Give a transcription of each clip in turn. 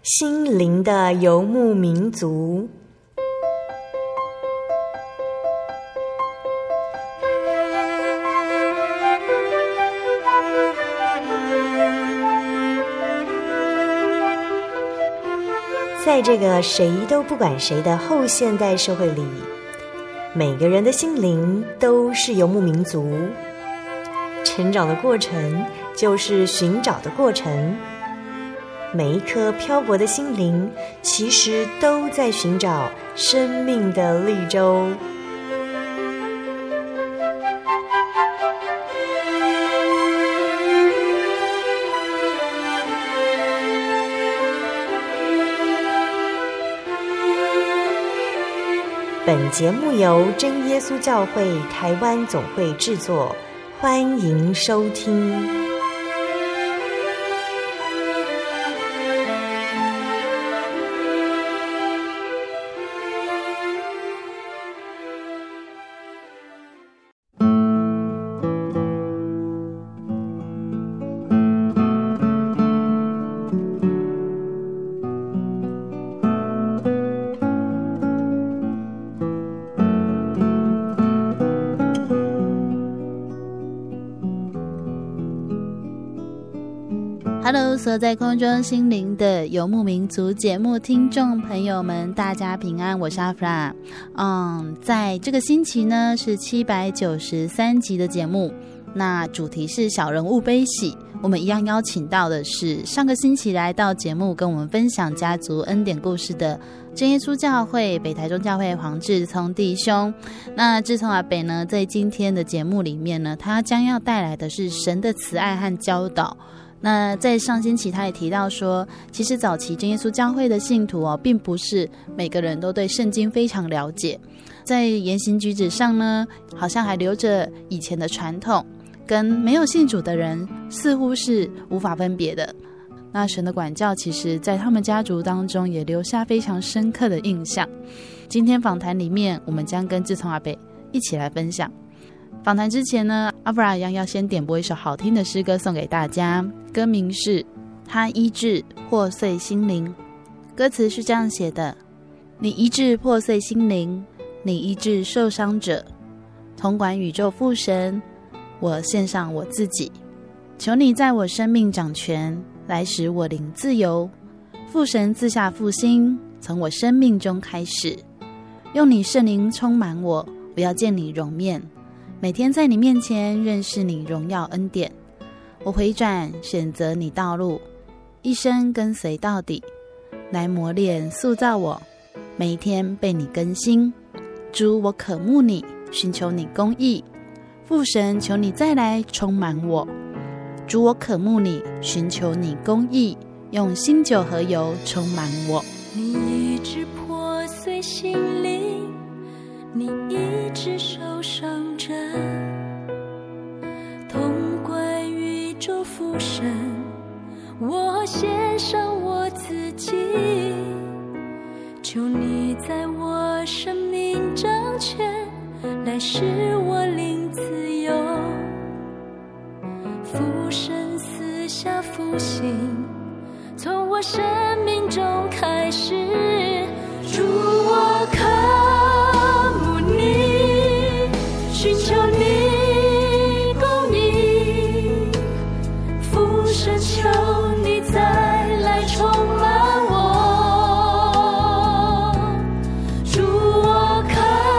心灵的游牧民族。在这个谁都不管谁的后现代社会里，每个人的心灵都是游牧民族。成长的过程就是寻找的过程，每一颗漂泊的心灵其实都在寻找生命的绿洲。本节目由真耶稣教会台湾总会制作，欢迎收听。 Hello， 所在空中心灵的游牧民族节目听众朋友们，大家平安，我是阿弗拉。在这个星期呢是793集的节目，那主题是小人物悲喜。我们一样邀请到的是上个星期来到节目跟我们分享家族恩典故事的真耶稣教会北台中教会黄志聪弟兄。那志聪阿北呢，在今天的节目里面呢，他将要带来的是神的慈爱和教导。那在上星期他也提到说，其实早期真耶稣教会的信徒并不是每个人都对圣经非常了解，在言行举止上呢，好像还留着以前的传统，跟没有信主的人似乎是无法分别的。那神的管教其实在他们家族当中也留下非常深刻的印象。今天访谈里面，我们将跟志聪阿伯一起来分享。访谈之前呢，阿弗拉一样要先点播一首好听的诗歌送给大家，歌名是《他医治破碎心灵》。歌词是这样写的：你医治破碎心灵，你医治受伤者，统管宇宙父神，我献上我自己，求你在我生命掌权，来使我灵自由。父神赐下复兴，从我生命中开始，用你圣灵充满我，我要见你容面，每天在你面前认识你荣耀恩典。我回转选择你道路，一生跟随到底，来磨练塑造我，每一天被你更新。主，我渴慕你，寻求你公义。父神，求你再来充满我。主，我渴慕你，寻求你公义，用新酒和油充满我。 你医治破碎心灵，你医治受伤者，统管宇宙父神，我献上我自己，求你在我生命掌权，来使我灵自由。父神赐下复兴，从我生命中开始。主，我渴慕你，寻求你公义。父神，求你再来充满我。主，我渴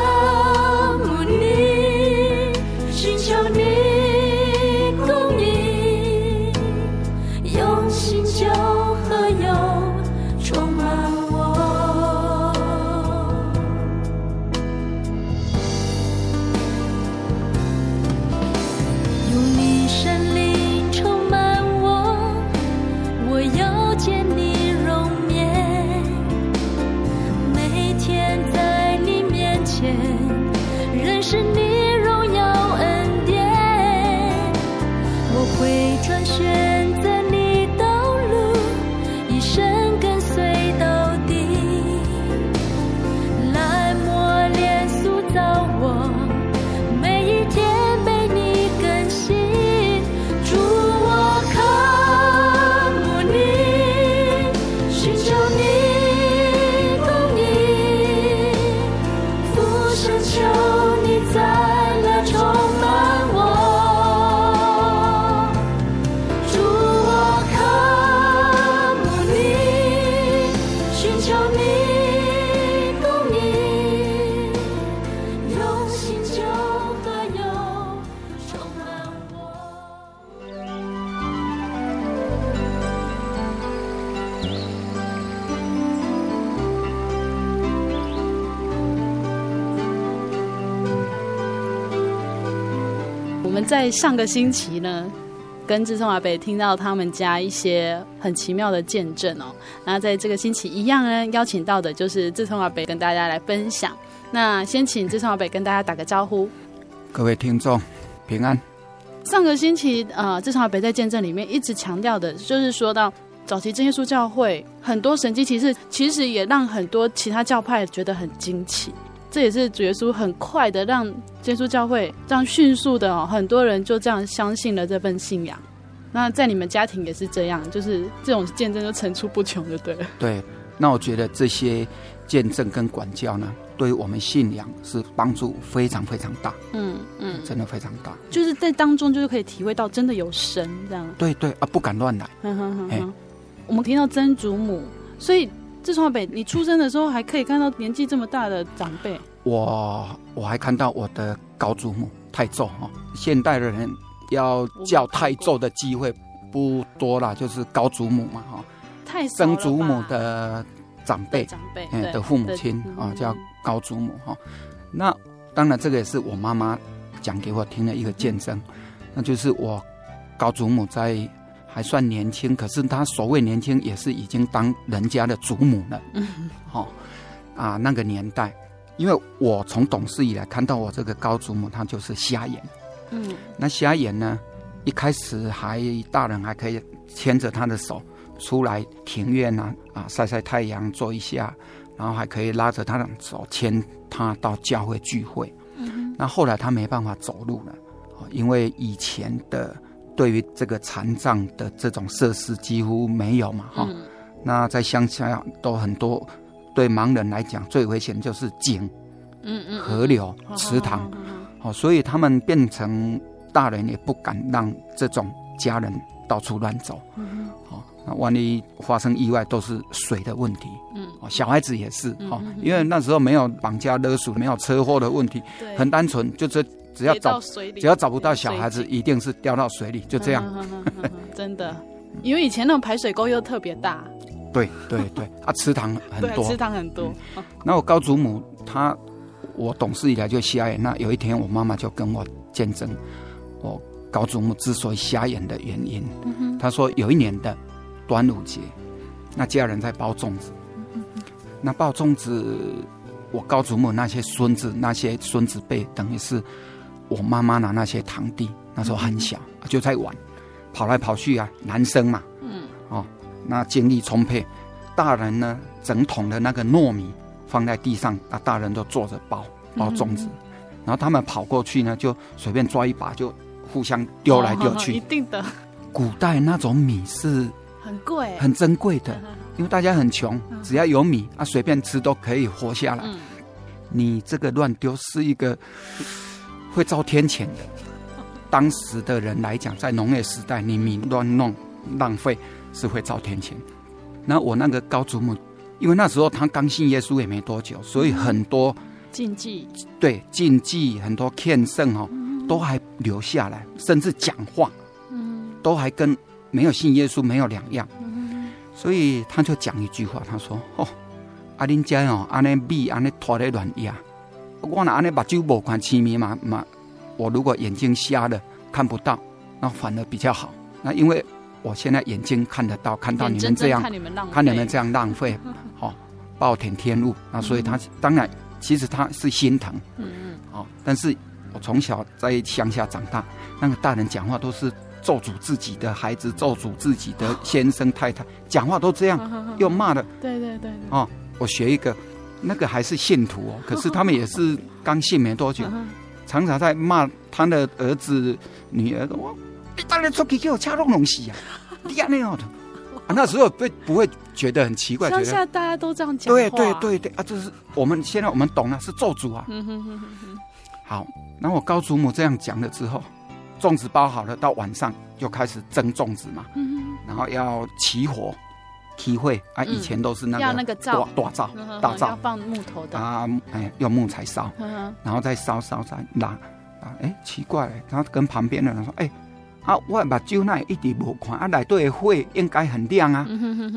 我们在上个星期呢，跟志聪阿伯听到他们家一些很奇妙的见证哦。那在这个星期一样呢，邀请到的就是志聪阿伯跟大家来分享。那先请志聪阿伯跟大家打个招呼。 各位听众平安。 上个星期志聪阿伯在见证里面一直强调的就是说到早期真耶稣教会很多神迹奇事，其实也让很多其他教派觉得很惊奇。这也是主耶稣很快的让真耶稣教会这样迅速的很多人就这样相信了这份信仰。那在你们家庭也是这样，就是这种见证就层出不穷就对了。 对，那我觉得这些见证跟管教呢，对于我们信仰是帮助非常非常大。真的非常大， 就是在当中就是可以体会到真的有神这样。 对对啊，不敢乱来。 我们听到曾祖母，所以志聪阿伯，你出生的时候还可以看到年纪这么大的长辈。我还看到我的高祖母太祖哈，现代的人要叫太祖的机会不多啦，就是高祖母嘛哈。 太少了吧。 曾祖母的长辈的父母亲啊，叫高祖母哈。那当然这个也是我妈妈讲给我听的一个见证，那就是我高祖母在还算年轻，可是她所谓年轻也是已经当人家的祖母了。那个年代，因为我从懂事以来看到我这个高祖母她就是瞎眼。那瞎眼呢，一开始大人还可以牵着她的手出来庭院晒晒太阳坐一下，然后还可以拉着她的手牵她到教会聚会。那后来她没办法走路了，因为以前的对于这个残障的这种设施几乎没有嘛。那在乡下都很多，对盲人来讲最危险就是井、河流、池塘。所以他们变成大人也不敢让这种家人到处乱走。那万一发生意外都是水的问题。小孩子也是。因为那时候没有绑架勒索，没有车祸的问题，很单纯，就是只要找不到小孩子，一定是掉到水里，就这样。 真的，因为以前那种排水沟又特别大。 对池塘很多。 对，池塘很多。 那我高祖母我懂事以来就瞎眼，那有一天我妈妈就跟我见证我高祖母之所以瞎眼的原因。她说有一年的端午节，那家人在包粽子。那包粽子，我高祖母那些孙子辈，等于是我妈妈的那些堂弟，那时候很小，就在玩，跑来跑去啊，男生嘛。那精力充沛。大人呢，整桶的那个糯米放在地上，大人都坐着包粽子。然后他们跑过去呢，就随便抓一把就互相丢来丢去。 一定的。 古代那种米是很贵、 很珍贵的，因为大家很穷，只要有米随便吃都可以活下来。你这个乱丢是一个会遭天谴的。当时的人来讲，在农业时代，你米乱弄浪费是会遭天谴。那我那个高祖母，因为那时候他刚信耶稣也没多久，所以很多禁忌， 对禁忌很多欠圣都还留下来，甚至讲话，都还跟没有信耶稣没有两样。所以他就讲一句话，他说：“恁家安尼米安尼拖在乱压，我那安尼目睭无看清明嘛，我如果眼睛瞎了看不到，那反而比较好。那因为我现在眼睛看得到，看到你们这样，看你们这样浪费，暴殄天物。那所以他当然其实他是心疼。但是我从小在乡下长大，那个大人讲话都是咒诅自己的孩子，咒诅自己的先生太太，讲话都这样，又骂的。 对。 我学一个，那个还是信徒可是他们也是刚信没多久，常常在骂他的儿子女儿，你当然出去给我掐弄东西啊，你那样的。那时候不会觉得很奇怪， 乡下大家都这样讲话。 对这是我们现在我们懂了，是咒诅啊。好，然后我高祖母这样讲了之后，粽子包好了，到晚上就开始蒸粽子嘛。然后要起火起会以前都是那个大灶， 要放木头的用木材烧，然后再烧再拉。奇怪了，然后跟旁边的人说：“我目睭那一直无看，内底的火应该很亮啊。”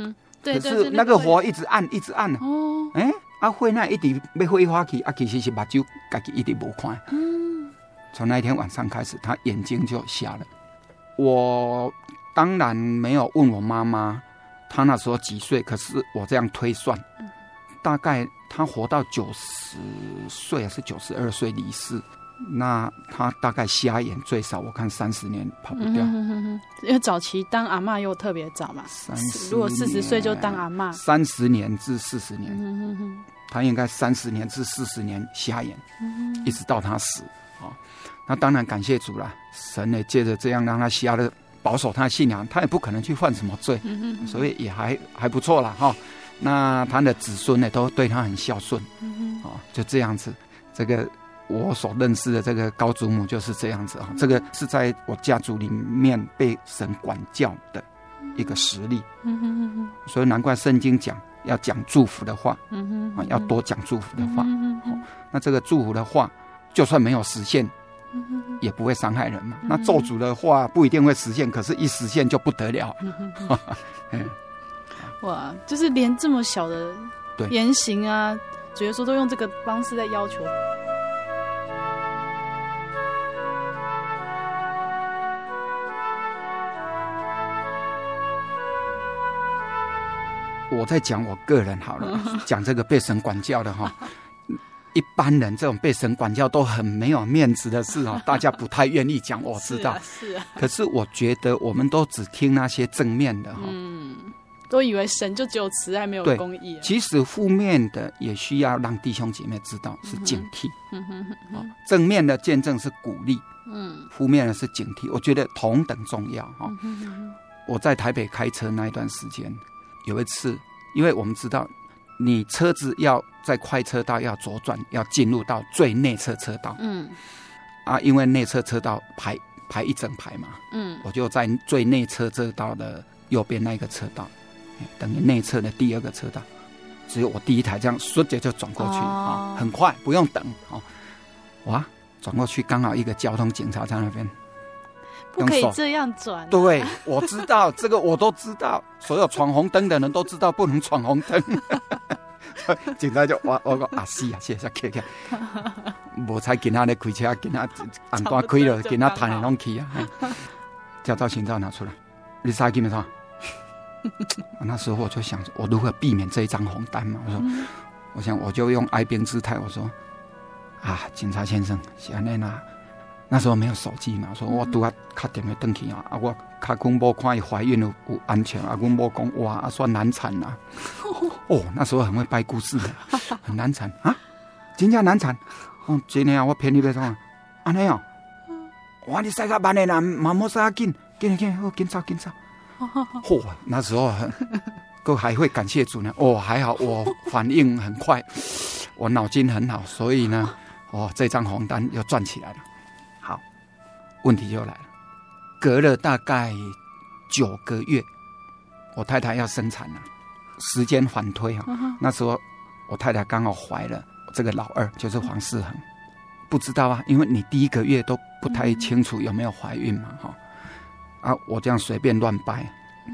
对， 可是那个火一直按一直按哦， 火那一直要挥发去其实是目睭自己一直没看。从那一天晚上开始，他眼睛就瞎了。我当然没有问我妈妈她那时候几岁，可是我这样推算，大概她活到90岁还是92岁离世，那她大概瞎眼最少我看30年跑不掉。 因为早期当阿嬷又特别早嘛，如果40岁就当阿嬷 ，30年至40年，她应该30年至40年瞎眼，一直到她死。那当然感谢主啦，神也借着这样让他瞎了，保守他的信仰，他也不可能去犯什么罪，所以也还不错啦哈。那他的子孙呢都对他很孝顺，就这样子。这个我所认识的这个高祖母就是这样子啊，这个是在我家族里面被神管教的一个实例，所以难怪圣经讲要讲祝福的话，要多讲祝福的话。那这个祝福的话，就算没有实现，也不会伤害人嘛。那咒诅的话不一定会实现，可是一实现就不得了。 哇，就是连这么小的言行啊，主耶稣都用这个方式在要求。 我在讲我个人好了，讲这个被神管教的哈。一般人这种被神管教都很没有面子的事啊，大家不太愿意讲，我知道。 是啊。 可是我觉得我们都只听那些正面的哈， 都以为神就只有慈爱没有公义。 其实负面的也需要让弟兄姐妹知道是警惕。正面的见证是鼓励，负面的是警惕。我觉得同等重要哈。我在台北开车那一段时间，有一次，因为我们知道。你车子要在快车道要左转，要进入到最内侧车道。因为内侧车道排一整排嘛。我就在最内侧车道的右边那个车道，等于内侧的第2个车道，只有我第一台这样瞬间就转过去，很快不用等。哇，转过去刚好一个交通警察在那边。 不可以这样转。 对，我知道这个，我都知道，所有闯红灯的人都知道不能闯红灯。警察就我讲是啊，是客气，无才跟他咧开车，跟他红灯开了，跟他弹来弄去啊。驾照、行照拿出来，你啥给没啥？那时候我就想，我如何避免这一张红单嘛？我想我就用哀兵姿态，我说警察先生，是安尼啦。那时候没有手机嘛，说我拄啊打电话回去我看阮某看伊怀孕有安全阮某讲哇算难产啦。那时候很会掰故事的，很难产啊，真正难产。真的啊，我骗你别讲，安尼哦，哇你塞个慢的啦，慢莫塞紧，紧，好紧走。那时候都还会感谢主呢。还好我反应很快，我脑筋很好，所以呢，这张红单又赚起来了。问题就来了，隔了大概9个月，我太太要生产了，时间反推那时候我太太刚好怀了这个老二，就是黄世恒，不知道啊，因为你第1个月都不太清楚有没有怀孕嘛我这样随便乱掰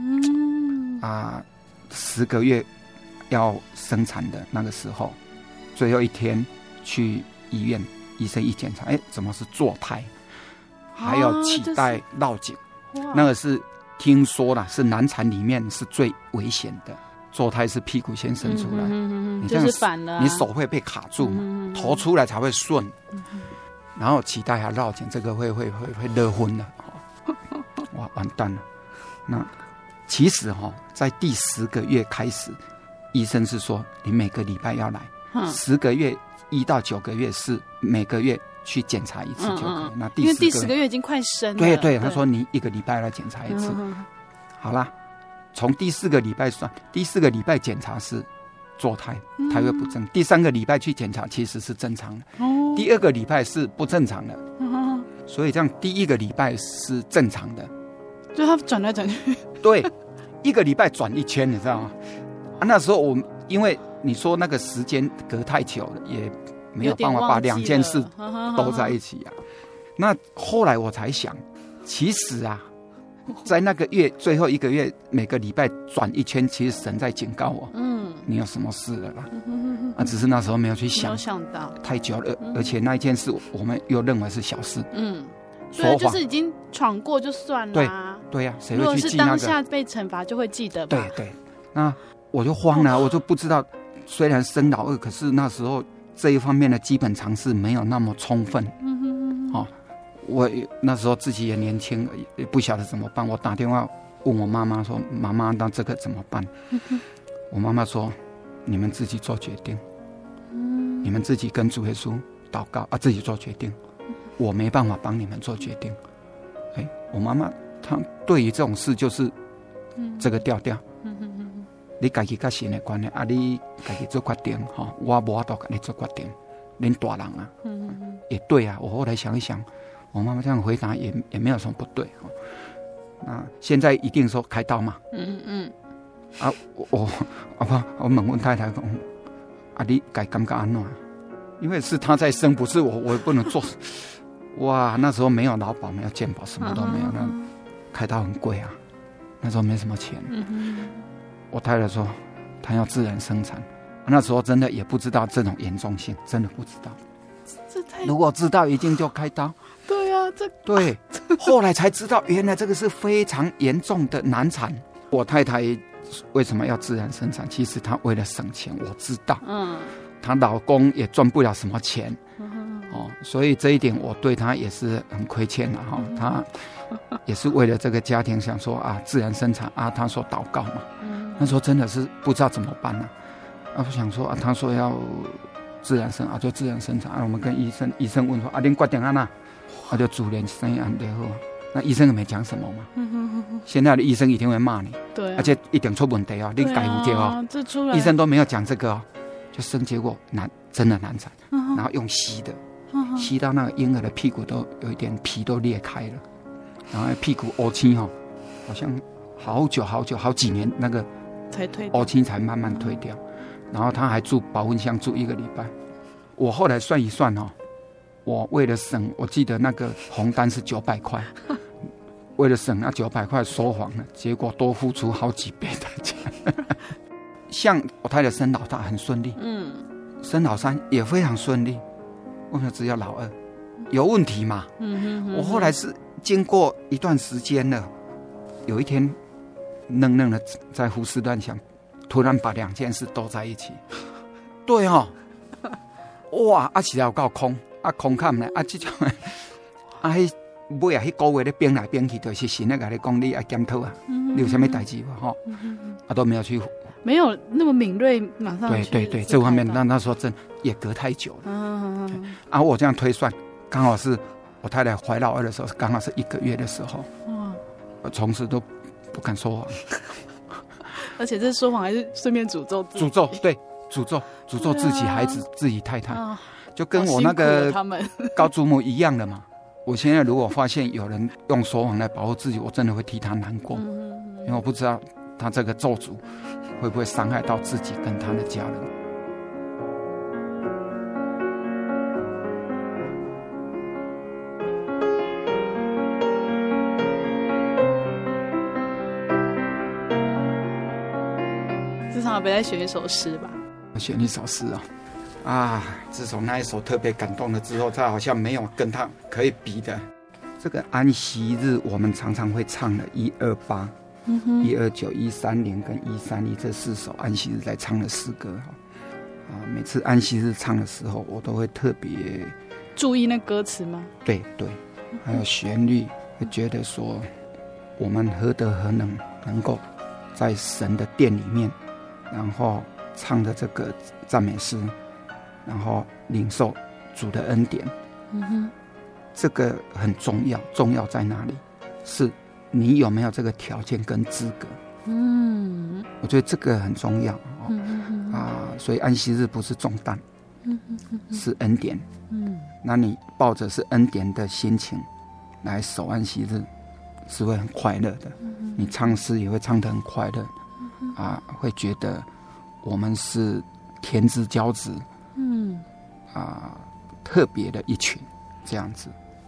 ，10个月要生产的那个时候，最后一天去医院，医生一检查，怎么是堕胎？还有脐带绕颈，那个是听说啦，是难产里面是最危险的。堕胎是屁股先伸出来，你这样就是反了， 你手会被卡住嘛，头出来才会顺。然后脐带还绕颈，这个会热昏的，哇，完蛋了。那其实在第10个月开始，医生是说你每个礼拜要来，10个月1到9个月是每个月去检查一次就可以。那因为第10个月已经快生了。 对，他说你1个礼拜来检查一次。好啦，从第4个礼拜算，第4个礼拜检查是堕胎，胎位不正。第3个礼拜去检查其实是正常的，第2个礼拜是不正常的。所以这样第1个礼拜是正常的， 就他转来转去。 对，1个礼拜转1圈，你知道吗？那时候我因为你说那个时间隔太久了，也没有办法把2件事都在一起啊。那后来我才想，其实在那个月最后一个月，每个礼拜转一圈，其实神在警告我，你有什么事了啦？只是那时候没有去想， 没有想到太久了，而且那一件事我们又认为是小事， 对，就是已经闯过就算了， 对呀，谁会去记如果是当下被惩罚，就会记得吧？ 对，那我就慌了，我就不知道，虽然生老二，可是那时候这一方面的基本常识没有那么充分，我那时候自己也年轻，也不晓得怎么办。我打电话问我妈妈说：“妈妈，那这个怎么办？”我妈妈说：“你们自己做决定，你们自己跟主耶稣祷告啊，自己做决定。我没办法帮你们做决定。”我妈妈她对于这种事就是这个调调。你自己跟神的关系啊，你自己做决定哈，我无法度跟你做决定，恁大人啊，也对啊。我后来想一想。我妈妈这样回答也没有什么不对，那现在一定说开刀嘛？我问太太讲，你该感觉安怎？因为是她在生，不是我也不能做。哇，那时候没有劳保，没有健保，什么都没有，那开刀很贵啊，那时候没什么钱。我太太说她要自然生产，那时候真的也不知道这种严重性，真的不知道。如果知道，一定就开刀。对，后来才知道，原来这个是非常严重的难产。我太太为什么要自然生产？其实她为了省钱，我知道。她老公也赚不了什么钱，所以这一点我对她也是很亏欠的哈。她也是为了这个家庭想说啊，自然生产啊，她说祷告嘛。那时候真的是不知道怎么办呢。我想说啊，她说要自然生啊，就自然生产啊。我们跟医生问说啊，您决定安哪？就自然生产就好，那医生也没讲什么嘛。现在的医生一定会骂你，对，而且一定出问题哦，你改不掉哦。医生都没有讲这个哦，就生结果真的难产，然后用吸的，吸到那个婴儿的屁股都有一点皮都裂开了，然后屁股凹青哦，好像好几年那个才退， 凹青才慢慢退掉，然后他还住保温箱住1个礼拜。我后来算一算哦。我为了省，我记得那个红单是900块，为了省那900块说谎了，结果多付出好几倍的钱。像我太太生老大很顺利，生老三也非常顺利，为什么只有老二有问题嘛？我后来是经过一段时间了，有一天愣愣的在胡思乱想，突然把2件事都在一起。对哦，哇，起来有够空。空看呢，这种迄尾迄个月咧变来变去，就是神咧甲你讲，你要检讨啊，你有啥物代志无？都没有去， 没有那么敏锐，马上对，这方面那时候真也隔太久了。我这样推算，刚好是我太太怀老二的时候，刚好是1个月的时候。我从此都不敢说谎， 而且这说谎还是顺便诅咒自己。 诅咒自己孩子、自己太太。就跟我那个高祖母一样的嘛。我现在如果发现有人用说谎来保护自己，我真的会替他难过，因为我不知道他这个咒诅会不会伤害到自己跟他的家人。 至少别再选一首诗吧。 我选一首诗自从那一首特别感动了之后，他好像没有跟他可以比的。这个安息日我们常常会唱的128、129、130跟131这4首安息日在唱的诗歌每次安息日唱的时候，我都会特别注意那歌词吗？ 对，还有旋律，会觉得说我们何德何能够在神的殿里面，然后唱的这个赞美诗，然后领受主的恩典。这个很重要，重要在哪里？是你有没有这个条件跟资格。我觉得这个很重要所以安息日不是重担，是恩典。那你抱着是恩典的心情来守安息日，是会很快乐的。你唱诗也会唱得很快乐会觉得我们是天之骄子，特别的一群这样子。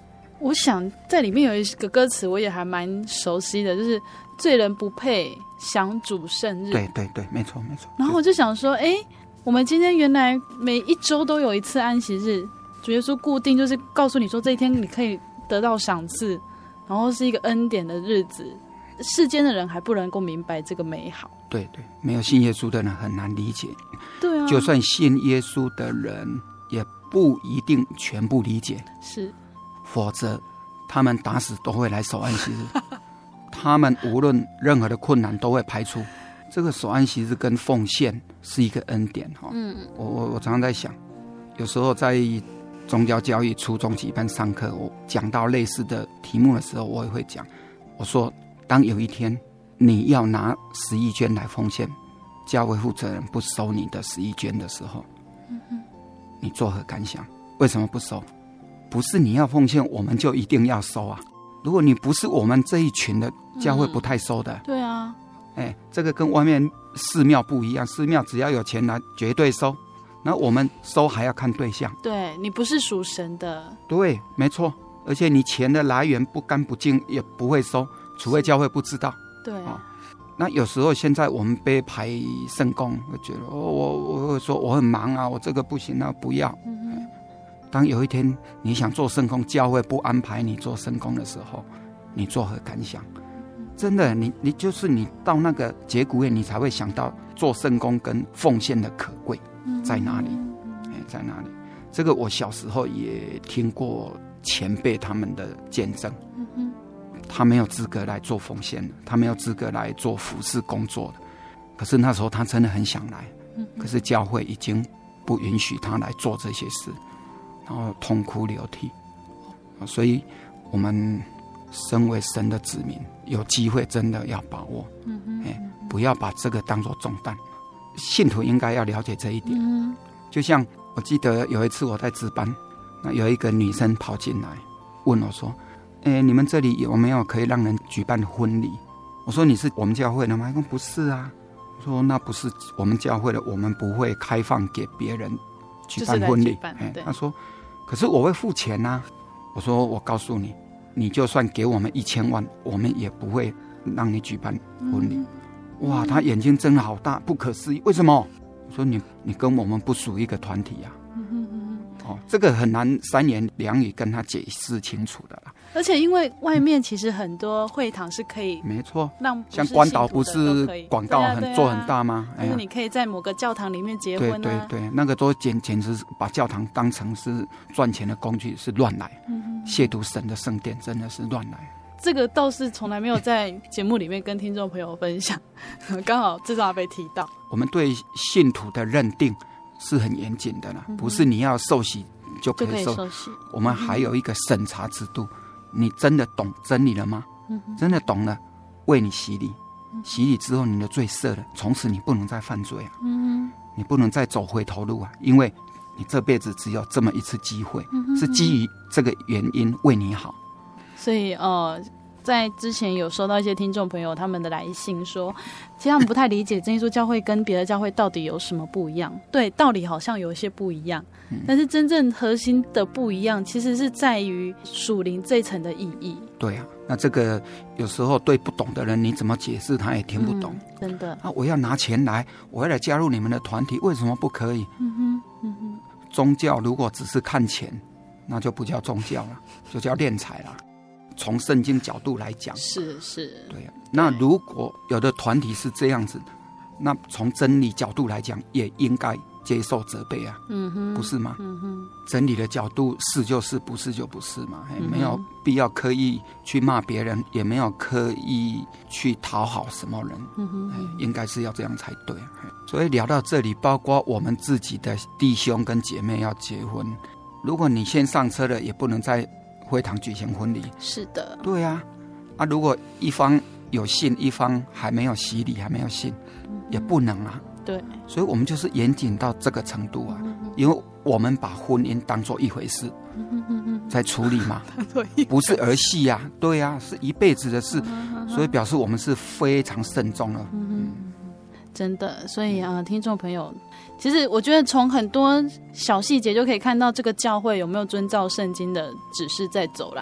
我想在里面有一个歌词我也还蛮熟悉的，就是罪人不配享主圣日。 对对对，没错没错。 然后我就想说，我们今天原来每一周都有一次安息日，主耶稣固定就是告诉你说这一天你可以得到赏赐，然后是一个恩典的日子，世间的人还不能够明白这个美好。 对对，没有信耶稣的人很难理解。 对啊， 就算信耶稣的人也不一定全部理解， 是， 否则他们打死都会来守安息日他们无论任何的困难都会排除。这个守安息日跟奉献是一个恩典。我常常在想，有时候在宗教教育初中级班上课，我讲到类似的题目的时候，我也会讲，我说当有一天你要拿11捐来奉献，教会负责人不收你的11捐的时候，你作何感想？为什么不收？不是你要奉献我们就一定要收啊，如果你不是我们这一群的，教会不太收的。 对啊， 这个跟外面寺庙不一样，寺庙只要有钱来绝对收，那我们收还要看对象。 对，你不是属神的。对， 没错，而且你钱的来源不干不净也不会收，除非教会不知道。 对， 那有时候现在我们被排圣工，我觉得我会说我很忙啊，我这个不行啊，不要。当有一天你想做圣工，教会不安排你做圣工的时候，你作何感想？真的，你就是你到那个节骨眼，你才会想到做圣工跟奉献的可贵在哪里。在哪里？这个我小时候也听过前辈他们的见证。他没有资格来做奉献的，他没有资格来做服事工作的，可是那时候他真的很想来，可是教会已经不允许他来做这些事，然后痛哭流涕。所以我们身为神的子民，有机会真的要把握，不要把这个当作重担。信徒应该要了解这一点。就像我记得有一次我在值班，那有一个女生跑进来问我说，你们这里有没有可以让人举办婚礼？我说你是我们教会的吗？他说不是啊。我说那不是我们教会的，我们不会开放给别人举办婚礼。他说可是我会付钱啊。我说我告诉你，你就算给我们1000万，我们也不会让你举办婚礼。哇，他眼睛睁好大，不可思议，为什么？我说你跟我们不属一个团体啊。这个很难3言2语跟他解释清楚的啦。而且因为外面其实很多会堂是可以， 没错， 让像关岛不是广告做很大吗？ 就是你可以在某个教堂里面结婚啊。 对，那个都简直把教堂当成是赚钱的工具，是乱来，亵渎神的圣殿，真的是乱来。 这个倒是从来没有在节目里面跟听众朋友分享，刚好这段被提到。 我们对信徒的认定是很严谨的啦，不是你要受洗就可以受洗。我们还有一个审查制度，你真的懂真理了吗？真的懂了，为你洗礼，洗礼之后你的罪赦了，从此你不能再犯罪啊。你不能再走回头路啊，因为你这辈子只有这么一次机会，是基于这个原因为你好。 所以在之前有收到一些听众朋友他们的来信说，其实他们不太理解真耶稣教会跟别的教会到底有什么不一样。对，道理好像有一些不一样，但是真正核心的不一样其实是在于属灵这一层的意义。 对啊，那这个有时候对不懂的人你怎么解释他也听不懂。 真的啊，我要拿钱来，我要来加入你们的团体，为什么不可以？宗教如果只是看钱，那就不叫宗教了，就叫敛财了。从圣经角度来讲， 是对啊。那如果有的团体是这样子，那从真理角度来讲，也应该接受责备啊，不是吗？真理的角度是就是，不是就不是嘛，没有必要刻意去骂别人，也没有刻意去讨好什么人，应该是要这样才对。所以聊到这里，包括我们自己的弟兄跟姐妹要结婚，如果你先上车了，也不能在会堂举行婚礼。 是的， 对啊，如果一方有信，一方还没有洗礼，还没有信，也不能啊。 对， 所以我们就是严谨到这个程度啊，因为我们把婚姻当作一回事在处理嘛，不是儿戏啊，对啊，是一辈子的事，所以表示我们是非常慎重了。 真的，所以听众朋友，其实我觉得从很多小细节就可以看到这个教会有没有遵照圣经的指示在走啦。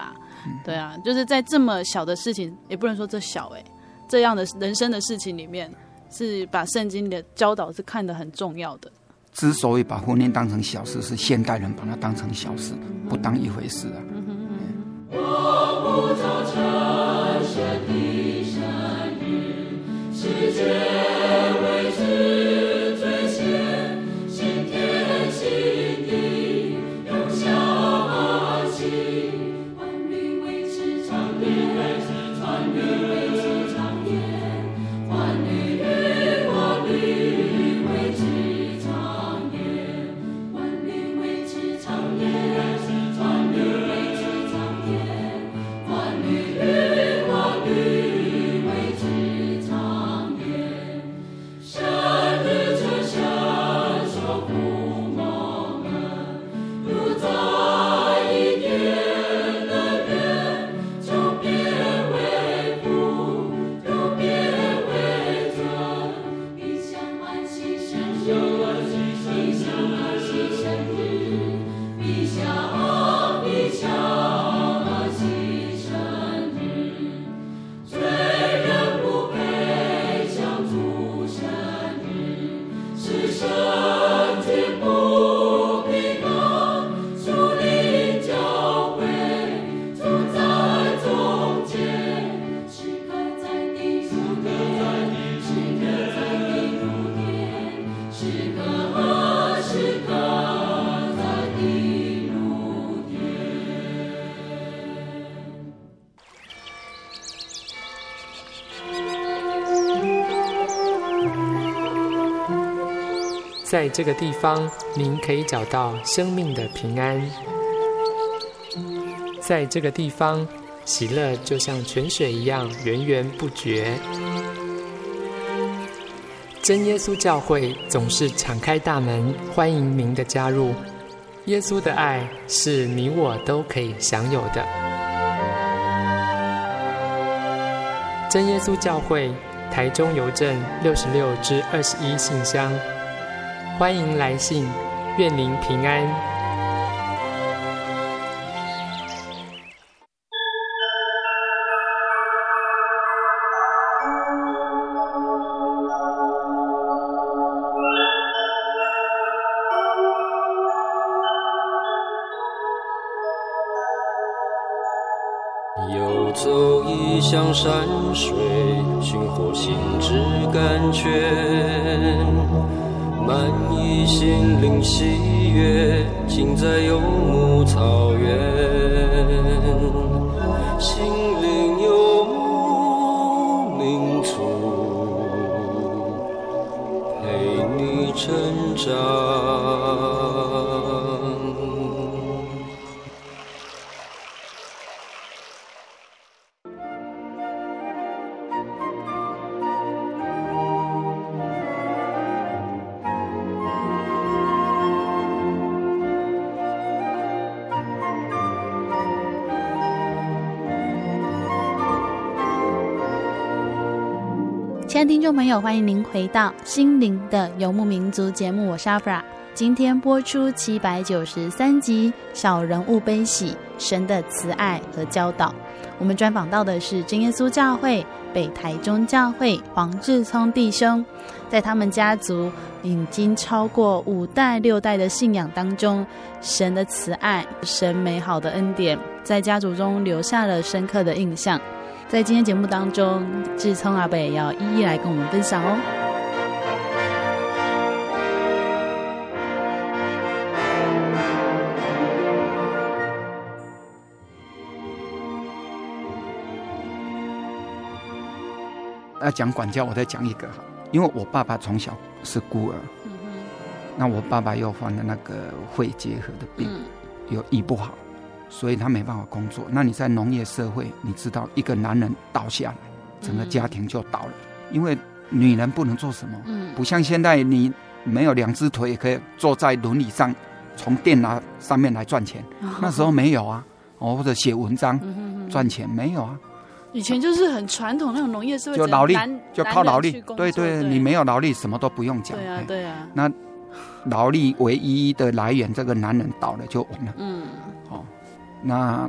对啊，就是在这么小的事情，也不能说这小这样的人生的事情里面，是把圣经的教导是看得很重要的。 之所以把婚姻当成小事，是现代人把它当成小事，不当一回事啊。 我不早晨神的生日，世界为之最先，新天新地，永享安息，万律为之长夜，万律为之长夜，万律为之长夜，万律为之长夜，万律为之长夜，万律为之长夜，生日之神守护我们，如在一天的人，就变为父，就变为尊，必向安息生日，必向安息生日，必向安息生日，罪人不配享主生日，是圣洁不平安，属灵教会住在中间，时刻在地如天，时刻在地如天，时刻在地如天。 在这个地方，您可以找到生命的平安。在这个地方，喜乐就像泉水一样源源不绝。真耶稣教会总是敞开大门，欢迎您的加入。耶稣的爱是你我都可以享有的。真耶稣教会台中邮政66-21信箱，欢迎来信，愿您平安。 游走异乡山水，寻获心之甘泉，满溢心灵喜悦，尽在游牧草原。心灵游牧民族，陪你成长。 亲爱的听众朋友，欢迎您回到心灵的游牧民族节目，我是阿弗拉。今天播出793集《小人物悲喜：神的慈爱和教导》。我们专访到的是真耶稣教会北台中教会黄志聪弟兄，在他们家族已经超过5代6代的信仰当中，神的慈爱、神美好的恩典，在家族中留下了深刻的印象。在今天节目当中，志聪阿伯也要一一来跟我们分享哦。 讲管教，我再讲一个哈，因为我爸爸从小是孤儿，那我爸爸又患了那个肺结核的病，又医不好，所以他没办法工作。那你在农业社会，你知道一个男人倒下来，整个家庭就倒了，因为女人不能做什么，不像现在你没有2只腿也可以坐在轮椅上，从电脑上面来赚钱，那时候没有啊，或者写文章赚钱没有啊。 以前就是很传统那种农业社会， 就劳力，就靠劳力。对对，你没有劳力，什么都不用讲。 对啊，对啊。 那劳力唯一的来源，这个男人倒了就完了。那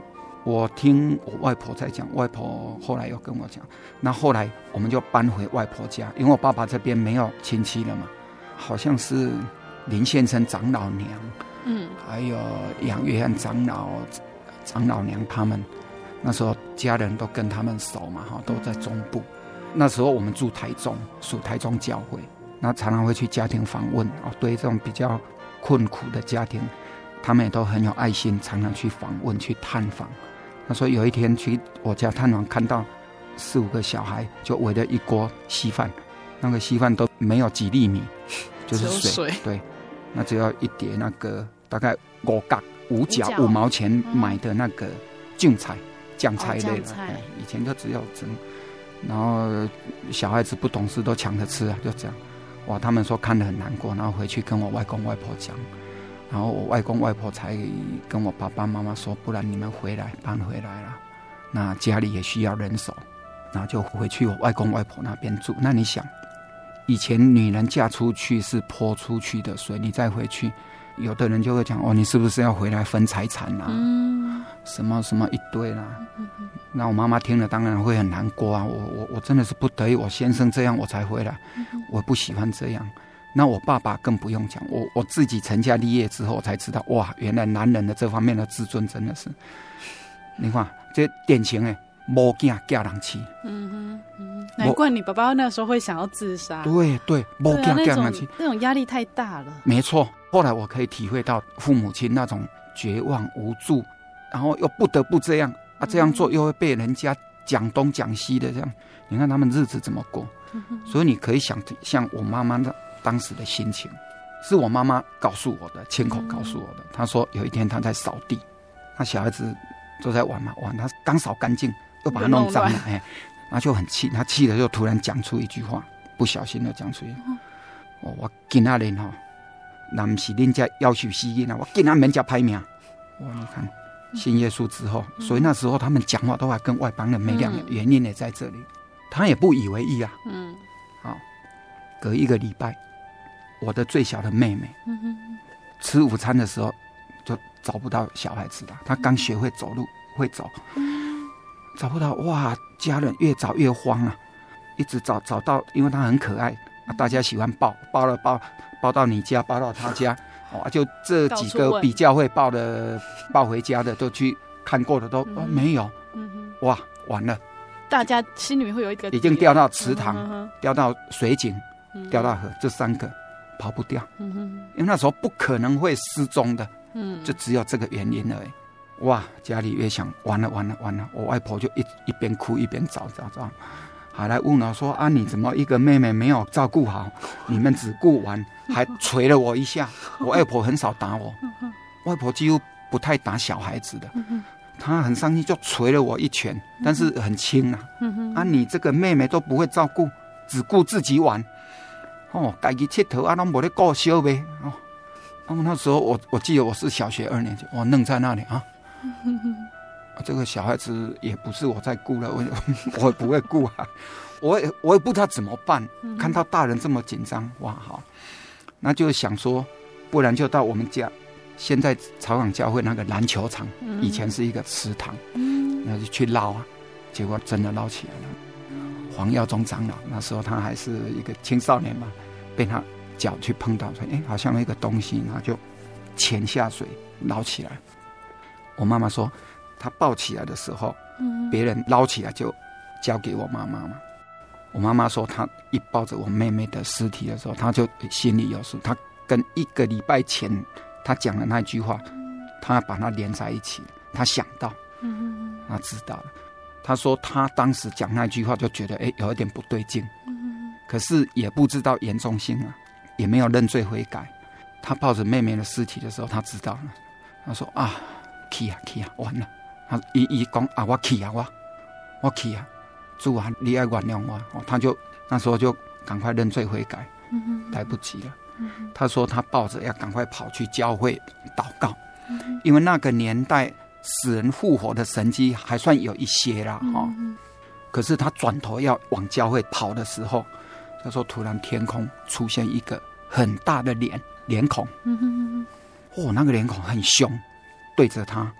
我听我外婆在讲，外婆后来有跟我讲，那后来我们就搬回外婆家，因为我爸爸这边没有亲戚了嘛，好像是林先生长老娘，还有杨约翰长老娘他们，那时候家人都跟他们熟嘛，都在中部。那时候我们住台中，属台中教会，那常常会去家庭访问，对这种比较困苦的家庭，他们也都很有爱心，常常去访问去探访。他说有一天去我家探访，看到4-5个小孩就围了一锅稀饭，那个稀饭都没有几粒米，就是水，对，那只要一碟那个大概5角5毛钱买的那个酱菜类的，以前就只有蒸，然后小孩子不懂事都抢着吃啊，就这样。哇，他们说看得很难过，然后回去跟我外公外婆讲，然后我外公外婆才跟我爸爸妈妈说，不然你们搬回来了，那家里也需要人手，然后就回去我外公外婆那边住。那你想，以前女人嫁出去是泼出去的水，你再回去，有的人就会讲你是不是要回来分财产啊？什么什么一堆啦。那我妈妈听了当然会很难过啊，我真的是不得已，我先生这样我才回来，我不喜欢这样。那我爸爸更不用讲，我自己成家立业之后，我才知道哇，原来男人的这方面的自尊真的是，你看这典型的没囝嫁人妻。 难怪你爸爸那时候会想要自杀。 对，没囝嫁人妻， 那种压力太大了。 没错，后来我可以体会到父母亲那种绝望无助，然后又不得不这样这样做又会被人家讲东讲西的这样，你看他们日子怎么过？所以你可以想象我妈妈的当时的心情，是我妈妈告诉我的，亲口告诉我的。她说有一天她在扫地，那小孩子都在玩嘛，她刚扫干净又把它弄脏了，然后就很气，她气了就突然讲出一句话，不小心就讲出一句我今仔日那不是恁家要求死囡仔，我今仔免吃歹命。哇，你看信耶稣之后，所以那时候他们讲话都还跟外邦人没两样，原因也在这里。他也不以为意啊。好，隔1个礼拜，我的最小的妹妹，吃午餐的时候就找不到小孩子了。她刚学会走路，会走，找不到，哇！家人越找越慌啊，一直找到，因为她很可爱大家喜欢抱到你家，抱到他家。就这几个比较会抱回家的，都去看过的都没有。哇，完了！大家心里面会有一个已经掉到池塘，掉到水井，掉到河，这3个跑不掉。因为那时候不可能会失踪的，就只有这个原因而已。哇，家里越想完了，我外婆就一边哭一边找，还来问我说你怎么一个妹妹没有照顾好，你们只顾玩，还捶了我一下。我外婆很少打我，外婆几乎不太打小孩子的，她很伤心就捶了我一拳，但是很轻你这个妹妹都不会照顾，只顾自己玩自己佚佗都没在顾小妹那时候我记得我是小学2年级，我愣在那里这个小孩子也不是我在顾了，我也不会顾我也不知道怎么办。看到大人这么紧张，哇，好，那就想说，不然就到我们家现在草港教会那个篮球场，以前是一个池塘，那就去捞结果真的捞起来了。黄耀宗长老那时候他还是一个青少年嘛，被他脚去碰到，说好像有一个东西，然后就潜下水捞起来。我妈妈说他抱起来的时候，别人捞起来就交给我妈妈嘛。我妈妈说她一抱着我妹妹的尸体的时候，她就心里有数，她跟1个礼拜前她讲的那句话，她把它连在一起，她想到，她知道了。她说她当时讲那句话就觉得有一点不对劲，可是也不知道严重性也没有认罪悔改。她抱着妹妹的尸体的时候，她知道了，她说去啊，完了。他说我去啊，我去啊，主啊，你要原谅我。他就那时候就赶快认罪悔改，来不及了。他说他抱着要赶快跑去教会祷告，因为那个年代死人复活的神迹还算有一些啦可是他转头要往教会跑的时候，他说突然天空出现一个很大的脸孔，那个脸孔很凶，对着他。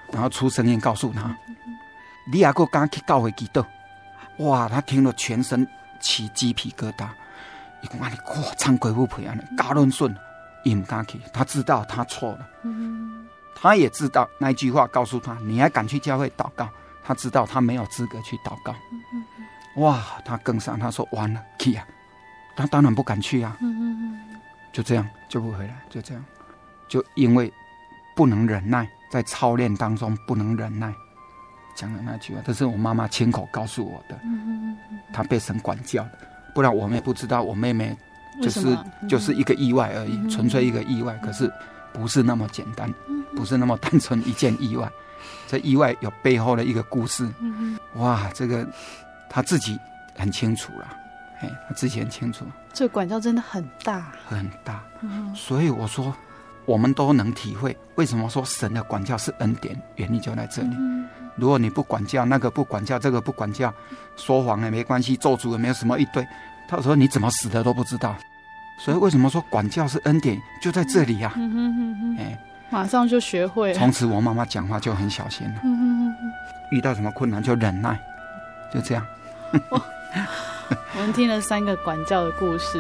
然后出声音告诉他，你还够敢去教会祈祷？哇，他听了全身起鸡皮疙瘩。他说：“你哇，唱鬼不陪啊，嘎伦顺，也不敢去。他知道他错了，他也知道那一句话告诉他，你还敢去教会祷告？他知道他没有资格去祷告。哇，他更伤，他说完了，去啊！他当然不敢去啊。就这样就不回来，就这样，就因为不能忍耐，在操练当中不能忍耐。”讲的那句话，这是我妈妈亲口告诉我的。她被神管教的，不然我们也不知道我妹妹就是一个意外而已，纯粹一个意外。可是不是那么简单，不是那么单纯一件意外，这意外有背后的一个故事。哇，这个她自己很清楚了，她自己很清楚。 这个管教真的很大， 很大。所以我说，我们都能体会为什么说神的管教是恩典，原因就在这里。如果你不管教，那个不管教，这个不管教，说谎也没关系，咒诅也没有什么一堆，他说你怎么死的都不知道。所以为什么说管教是恩典，就在这里啊。 马上就学会了。 从此我妈妈讲话就很小心了。遇到什么困难就忍耐，就这样。 我们听了3个管教的故事。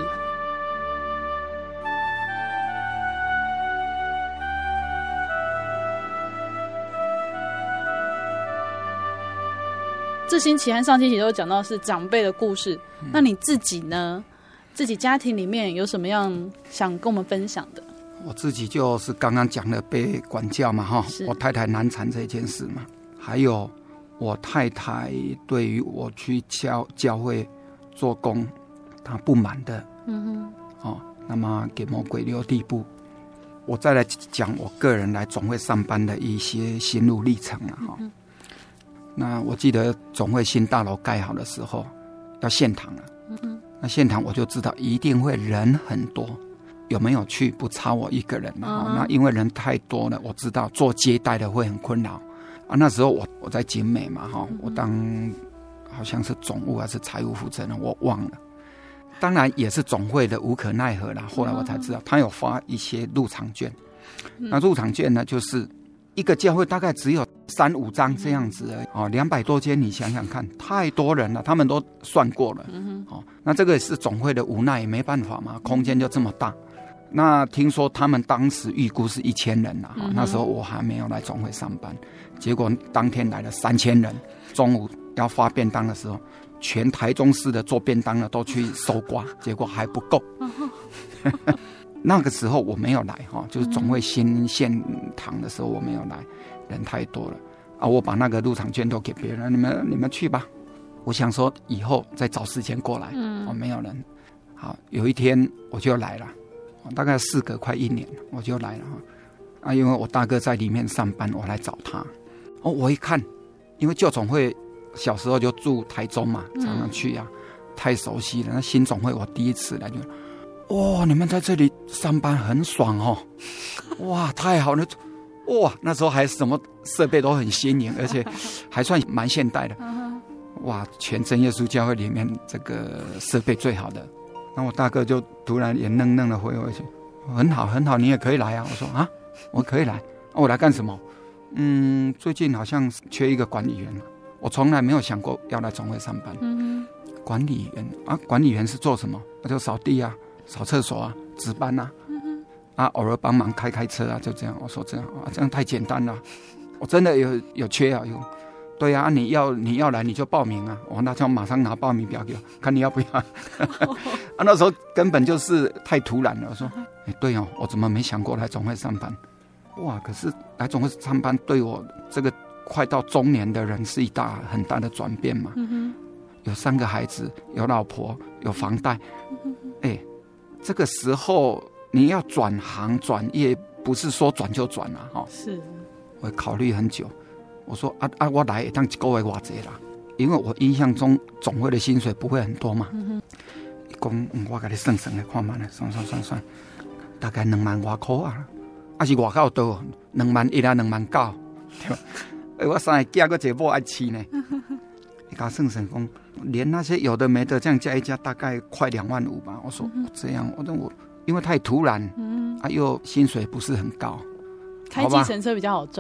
这星期和上星期都讲到是长辈的故事，那你自己呢？自己家庭里面有什么样想跟我们分享的？ 我自己就是刚刚讲的被管教嘛，哈，我太太难产这件事嘛，还有我太太对于我去教会做工，她不满的，那么给魔鬼留地步。我再来讲我个人来总会上班的一些心路历程了，哈。那我记得总会新大楼盖好的时候要献堂了，那献堂我就知道一定会人很多，有没有去不差我一个人嘛，那因为人太多了，我知道做接待的会很困扰啊。那时候我在景美嘛，我当好像是总务还是财务负责人，我忘了。当然也是总会的无可奈何啦。后来我才知道他有发一些入场券，那入场券呢就是一个教会大概只有3-5张这样子而已，200多间，你想想看，太多人了，他们都算过了。那这个是总会的无奈，也没办法嘛，空间就这么大。那听说他们当时预估是1000人啦，那时候我还没有来总会上班，结果当天来了3000人。中午要发便当的时候，全台中市的做便当的都去搜刮，结果还不够。那个时候我没有来，就是总会新献堂的时候我没有来，人太多了啊！我把那个入场券都给别人，你们去吧。我想说以后再找时间过来，没有人。好，有一天我就来了，大概事隔快1年我就来了啊！因为我大哥在里面上班，我来找他。我一看，因为旧总会小时候就住台中嘛，常常去啊，太熟悉了。那新总会我第一次来就。哇，你们在这里上班很爽哦！哇，太好了！哇，那时候还什么设备都很新颖，而且还算蛮现代的。哇，全真耶稣教会里面这个设备最好的。那我大哥就突然也愣愣的回我一句：“很好，很好，你也可以来啊！”我说：“啊，我可以来。我来干什么？最近好像缺一个管理员，我从来没有想过要来总会上班。管理员啊，管理员是做什么？那就扫地啊。”扫厕所啊，值班啊，偶尔帮忙开车啊，就这样。我说这样啊，这样太简单了。我真的有缺啊，对啊，你要来你就报名啊，那就马上拿报名表给我，看你要不要。那时候根本就是太突然了。我说，对哦，我怎么没想过来总会上班？哇，可是来总会上班对我这个快到中年的人是很大的转变嘛。有3个孩子，有老婆，有房贷，这个时候你要转行转业，不是说转就转了是，我考虑很久，我说我来当1个月多少啦？因为我印象中总会的薪水不会很多嘛。讲我给你算算来看嘛，算，大概2万多块啊，是外口多2万1啊2万9，对吧？我3个囝还一个某爱饲呢。你给他算算讲，连那些有的没的这样加一加，大概快2万5吧。我说这样，我因为太突然，又薪水不是很高， 开计程车比较好赚。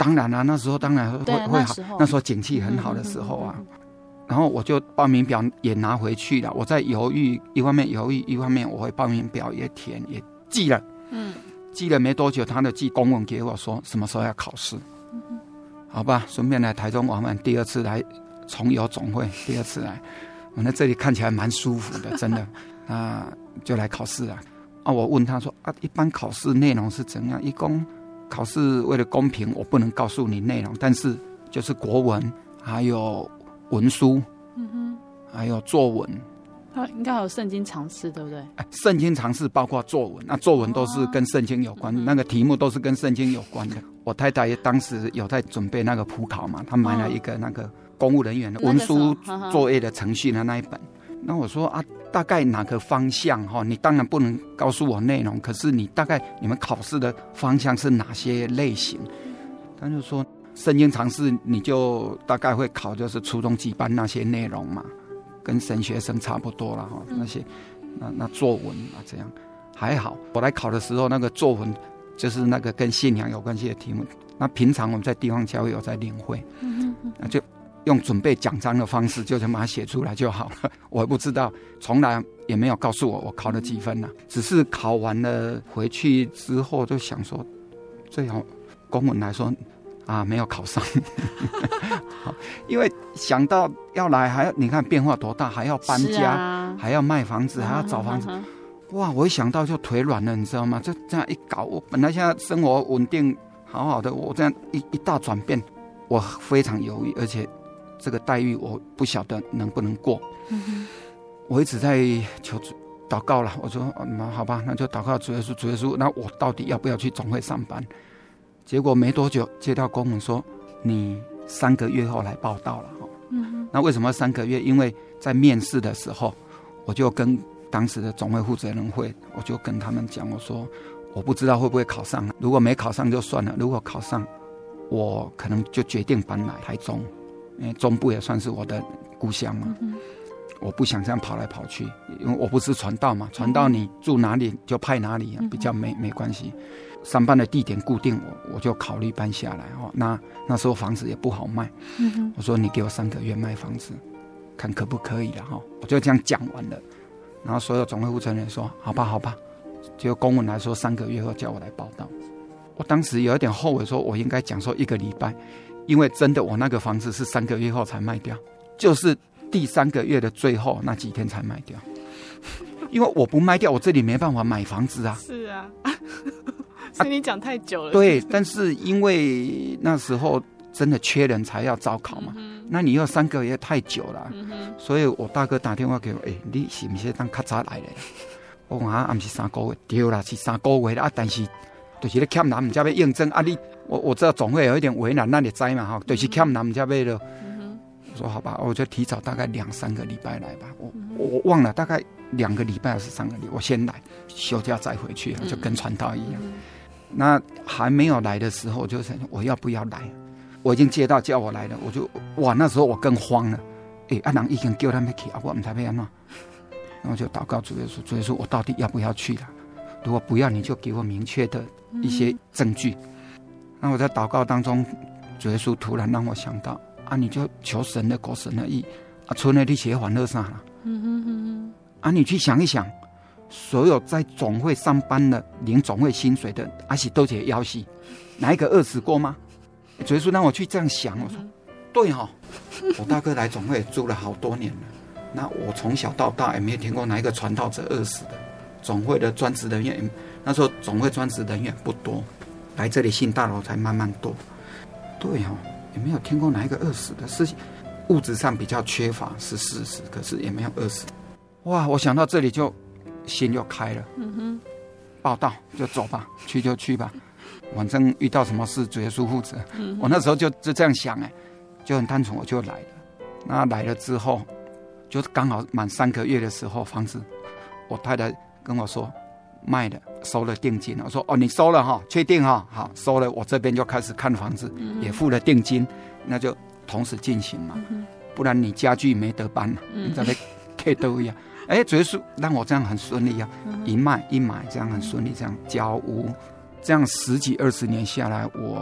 当然那时候当然会好，那时候景气很好的时候啊。然后我就报名表也拿回去了，我在犹豫，一方面犹豫，一方面我会报名表也填也寄了，寄了没多久，他就寄公文给我说什么时候要考试，好吧，顺便来台中玩玩，第二次来重游总会，第二次来，我在这里看起来蛮舒服的，真的，那就来考试了。我问他说一般考试内容是怎样？一共考试为了公平，我不能告诉你内容，但是就是国文还有文书，还有作文， 应该还有圣经常识，对不对？ 圣经常识包括作文，那作文都是跟圣经有关，那个题目都是跟圣经有关的。我太太当时有在准备那个普考嘛，她买了一个那个公务人员的文书作业的程序的那一本。那我说大概哪个方向你当然不能告诉我内容，可是你大概你们考试的方向是哪些类型？他就说圣经常识你就大概会考就是初中级班那些内容嘛，跟神学生差不多了那些那作文这样还好。我来考的时候那个作文就是那个跟信仰有关系的题目，那平常我们在地方教会有在领会，那就用准备奖章的方式就把它写出来就好了。我也不知道，从来也没有告诉我考了几分了，只是考完了回去之后就想说，最好公文来说没有考上因为想到要来还要你看变化多大，还要搬家，还要卖房子，还要找房子，哇！我一想到就腿软了，你知道吗？就这样一搞，我本来现在生活稳定好好的，我这样一大转变，我非常犹豫，而且这个待遇我不晓得能不能过。我一直在求祷告了，我说好吧，那就祷告主耶稣，主耶稣，那我到底要不要去总会上班？结果没多久接到公文说你3个月后来报到了。那为什么3个月？因为在面试的时候，我就跟当时的总会负责人会，我就跟他们讲，我说我不知道会不会考上，如果没考上就算了，如果考上我可能就决定搬来台中，因为中部也算是我的故乡嘛，我不想这样跑来跑去，因为我不是传道嘛，传道你住哪里就派哪里，比较没关系。上班的地点固定我就考虑搬下来。那时候房子也不好卖，我说你给我3个月卖房子看可不可以了。我就这样讲完了，然后所有总会负责人说好吧，结果公文来说3个月后叫我来报到。我当时有一点后悔，说我应该讲说1个礼拜，因为真的我那个房子是3个月后才卖掉，就是第3个月的最后那几天才卖掉，因为我不卖掉我这里没办法买房子啊。 是啊所以你讲太久了。 对，但是因为那时候真的缺人才要招考嘛，那你又3个月太久了，所以我大哥打电话给我，你是不是当较早来的？我讲不是3个月，对啦，是3个月啦，但是就是你欠人，不知道要应征我知道总会有一点为难，那你知嘛就是欠人，不知道要了。我说好吧，我就提早大概2-3个礼拜来吧。我忘了大概2个礼拜还是3个礼拜，我先来休假再回去，就跟传道一样。那还没有来的时候，我就想我要不要来？我已经接到叫我来了，我就那时候我更慌了。人已经叫他们去，我不知道要怎样。然后就祷告主耶稣，主耶稣，我到底要不要去了？如果不要，你就给我明确的一些证据。那我在祷告当中，主耶稣突然让我想到你就求神的国神的意存了你写欢乐啥了？你去想一想。所有在总会上班的领总会薪水的是都这要死，哪一个饿死过吗？主耶稣让我去这样想，我说对我大哥来总会住了好多年了，那我从小到大也没有听过哪一个传道者饿死的。总会的专职人员那时候总会专职人员不多，来这里信大楼才慢慢多。对也没有听过哪一个饿死的，是物质上比较缺乏是事实，可是也没有饿死。哇，我想到这里就心就开了，报到就走吧，去就去吧，反正遇到什么事主耶稣负责。我那时候就这样想，就很单纯，我就来了。那来了之后，就刚好满3个月的时候，房子我太太跟我说卖了，收了定金。我说你收了确定好，收了，我这边就开始看房子，也付了定金，那就同时进行嘛，不然你家具没得搬，你在那 K 都一样。主耶稣让我这样很顺利一卖这样很顺利，这样交屋，这样10几20年下来，我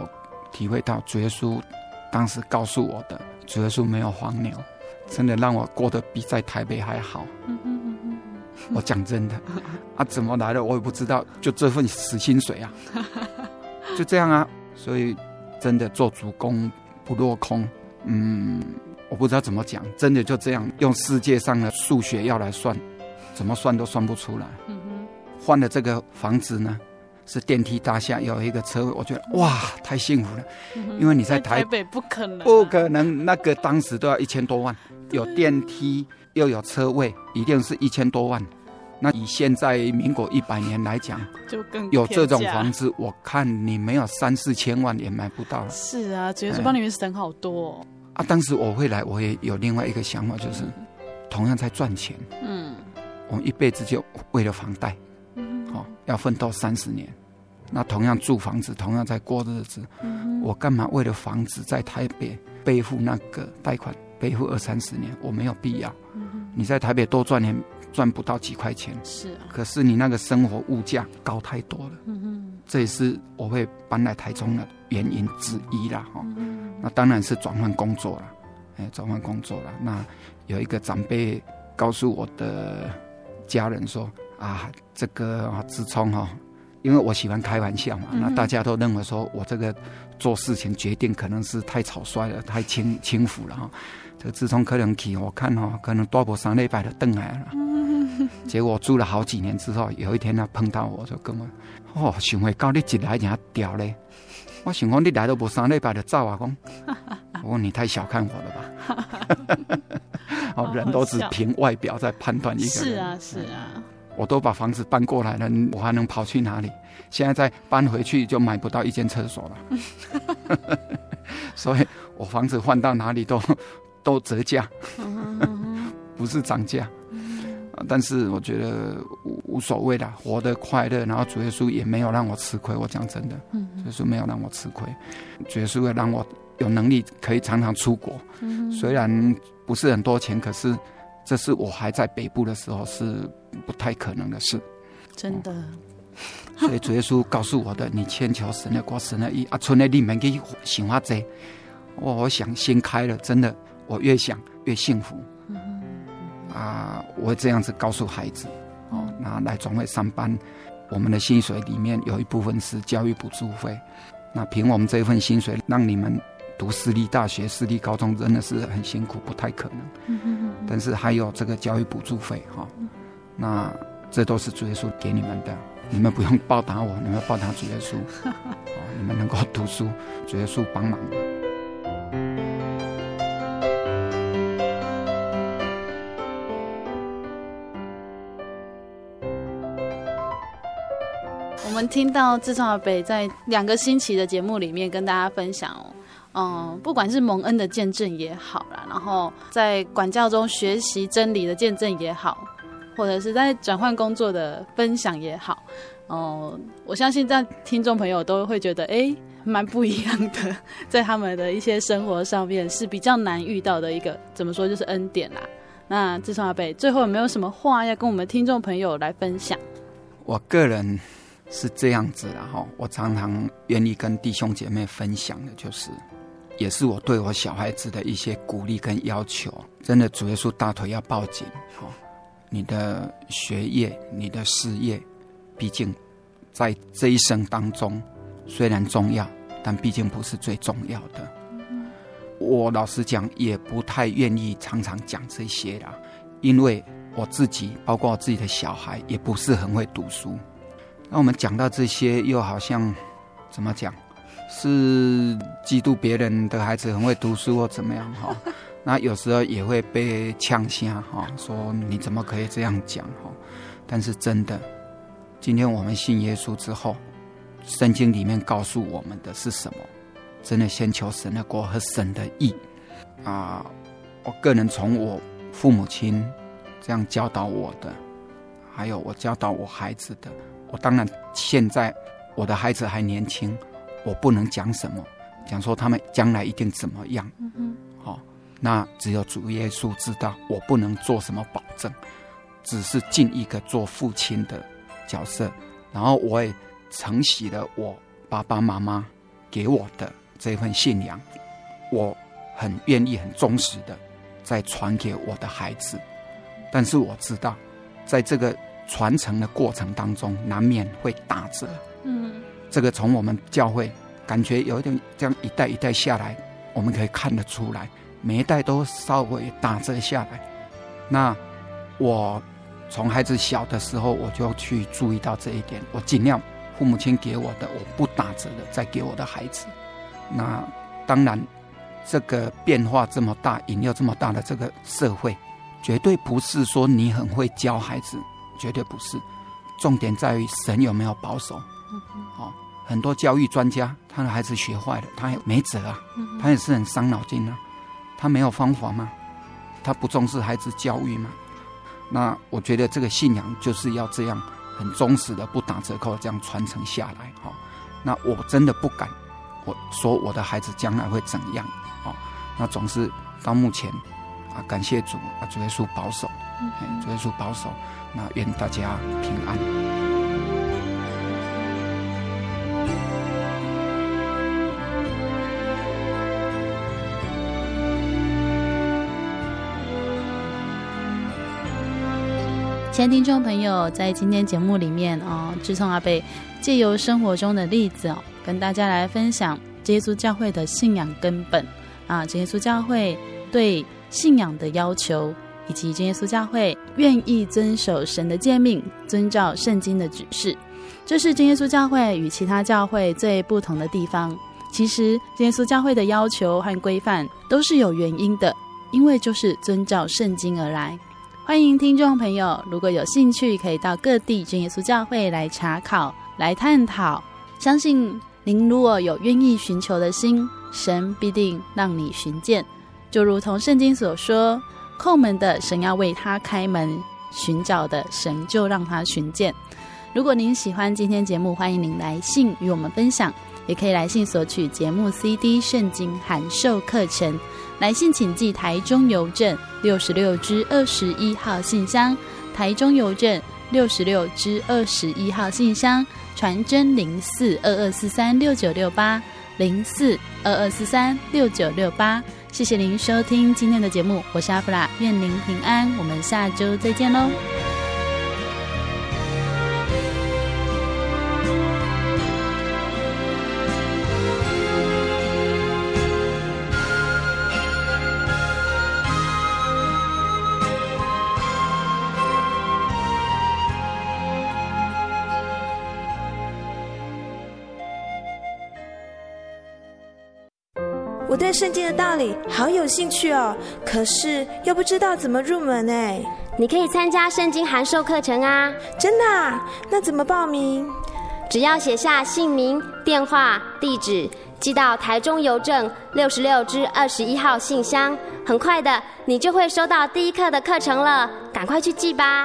体会到主耶稣当时告诉我的，主耶稣没有黄牛，真的让我过得比在台北还好。我讲真的啊，怎么来的我也不知道，就这份死薪水啊，就这样啊。所以真的做主公不落空。我不知道怎么讲，真的就这样，用世界上的数学要来算，怎么算都算不出来。换了这个房子呢，是电梯大厦，有一个车位，我觉得哇，太幸福了。因为你在台北不可能， 不可能，那个当时都要1000多万，有电梯又有车位，一定是1000多万。那以现在民国100年来讲， 就更有这种房子，我看你没有3-4千万也买不到了。 是啊，主耶稣帮你们省好多哦。 当时我会来，我也有另外一个想法，就是同样在赚钱，我们一辈子就为了房贷，要奋斗30年。那同样住房子，同样在过日子，我干嘛为了房子在台北背负那个贷款，背负20-30年？我没有必要。你在台北多赚点，赚不到几块钱， 是啊。可是你那个生活物价高太多了，这也是我会搬来台中的原因之一啦。那当然是转换工作了，转换工作了。那有一个长辈告诉我的家人说啊，这个自从因为我喜欢开玩笑嘛，那大家都认为说我这个做事情决定可能是太草率了，太轻浮了这个自从可能去我看可能多不3礼拜就回来了。结果我住了好几年之后，有一天他碰到我就跟我想会到你一来就掉嘞。我想说你来都不3礼拜就走啊，我说你太小看我了吧。人都是凭外表在判断一个人。 是啊。 我都把房子搬过来了，我还能跑去哪里？现在再搬回去就买不到1间厕所了。所以我房子换到哪里都折价，不是涨价。但是我觉得无所谓啦，活得快乐，然后主耶稣也没有让我吃亏。我讲真的，主耶稣没有让我吃亏，主耶稣会让我有能力可以常常出国。虽然不是很多钱，可是这是我还在北部的时候是不太可能的事， 真的。 所以主耶稣告诉我的，你千求神的国，神的义存在里面去想法多。我想心开了，真的，我越想越幸福。我会这样子告诉孩子，那来总会上班，我们的薪水里面有一部分是教育补助费，那凭我们这份薪水让你们读私立大学、私立高中真的是很辛苦，不太可能。但是还有这个教育补助费那这都是主耶稣给你们的，你们不用报答我，你们报答主耶稣。你们能够读书，主耶稣帮忙的。 我们听到志聪阿伯在2个星期的节目里面跟大家分享不管是蒙恩的见证也好啦，然后在管教中学习真理的见证也好，或者是在转换工作的分享也好，我相信在听众朋友都会觉得蛮不一样的，在他们的一些生活上面是比较难遇到的一个，怎么说就是恩典啦。那志聪阿伯最后有没有什么话要跟我们听众朋友来分享？ 我个人是这样子啦，我常常愿意跟弟兄姐妹分享的，就是也是我对我小孩子的一些鼓励跟要求。真的主耶稣大腿要抱紧，你的学业你的事业毕竟在这一生当中虽然重要，但毕竟不是最重要的。我老实讲也不太愿意常常讲这些啦，因为我自己包括我自己的小孩也不是很会读书。那我们讲到这些又好像怎么讲，是嫉妒别人的孩子很会读书或怎么样那有时候也会被呛下说你怎么可以这样讲但是真的，今天我们信耶稣之后，圣经里面告诉我们的是什么？真的先求神的国和神的义我个人从我父母亲这样教导我的，还有我教导我孩子的，我当然现在我的孩子还年轻，我不能讲什么，讲说他们将来一定怎么样那只有主耶稣知道，我不能做什么保证，只是尽一个做父亲的角色，然后我也承袭了我爸爸妈妈给我的这份信仰，我很愿意、很忠实的再传给我的孩子。但是我知道，在这个传承的过程当中，难免会打折。这个从我们教会感觉有一点这样一代一代下来，我们可以看得出来，每一代都稍微打折下来。那我从孩子小的时候，我就去注意到这一点，我尽量父母亲给我的，我不打折的再给我的孩子。那当然，这个变化这么大，引诱这么大的这个社会，绝对不是说你很会教孩子，绝对不是。重点在于神有没有保守。很多教育专家，他的孩子学坏了，他也没辙啊，他也是很伤脑筋啊。他没有方法吗？他不重视孩子教育吗？那我觉得这个信仰就是要这样很忠实的、不打折扣这样传承下来。那我真的不敢我说我的孩子将来会怎样。那总是到目前感谢主主耶稣保守，主耶稣保守。那愿大家平安。 亲爱的听众朋友，在今天节目里面志聪阿伯借由生活中的例子跟大家来分享真耶稣教会的信仰根本真耶稣教会对信仰的要求，以及真耶稣教会愿意遵守神的诫命，遵照圣经的指示。这是真耶稣教会与其他教会最不同的地方。其实真耶稣教会的要求和规范都是有原因的，因为就是遵照圣经而来。欢迎听众朋友，如果有兴趣，可以到各地真耶稣教会来查考、来探讨。相信您如果有愿意寻求的心，神必定让你寻见。就如同圣经所说，叩门的神要为他开门，寻找的神就让他寻见。如果您喜欢今天节目，欢迎您来信与我们分享，也可以来信索取节目 CD 圣经函授课程。来信请寄台中邮政66支21号信箱，台中邮政66支21号信箱，传真0422436968 0422436968。谢谢您收听今天的节目，我是阿弗拉，愿您平安，我们下周再见喽。 我对圣经的道理好有兴趣哦，可是又不知道怎么入门哎。 你可以参加圣经函授课程啊。 真的啊？那怎么报名？ 只要写下姓名、电话、地址，寄到台中邮政66支21号信箱，很快的你就会收到第一课的课程了，赶快去寄吧。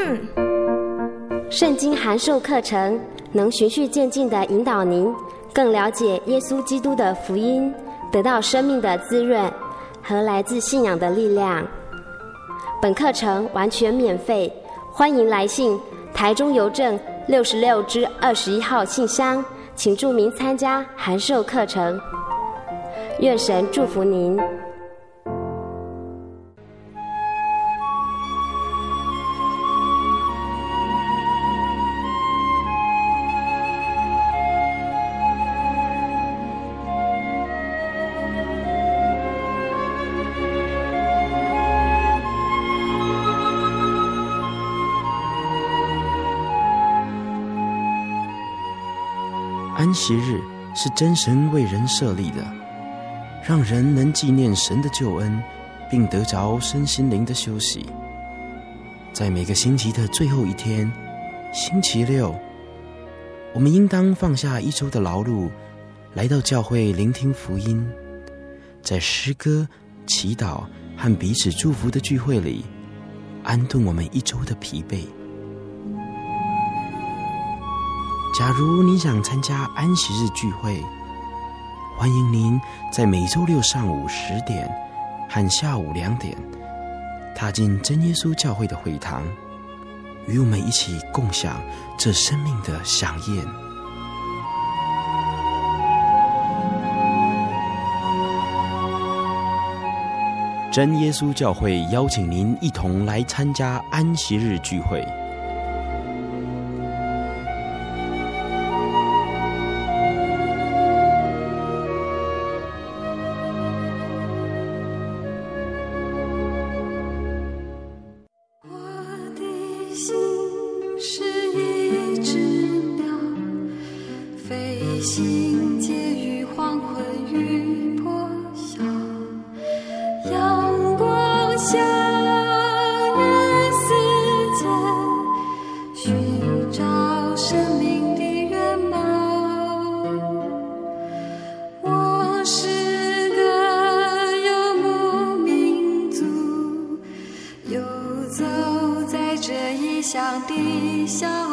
圣经函授课程能循序渐进地引导您更了解耶稣基督的福音，得到生命的滋润和来自信仰的力量。本课程完全免费，欢迎来信台中邮政66支21号信箱，请注明参加函授课程。愿神祝福您。 安息日是真神为人设立的，让人能纪念神的救恩，并得着身心灵的休息。在每个星期的最后一天，星期六，我们应当放下一周的劳碌，来到教会聆听福音，在诗歌、祈祷和彼此祝福的聚会里，安顿我们一周的疲惫。假如你想参加安息日聚会，欢迎您在每周六上午10点和下午2点踏进真耶稣教会的会堂，与我们一起共享这生命的飨宴。 真耶稣教会邀请您一同来参加安息日聚会。 的小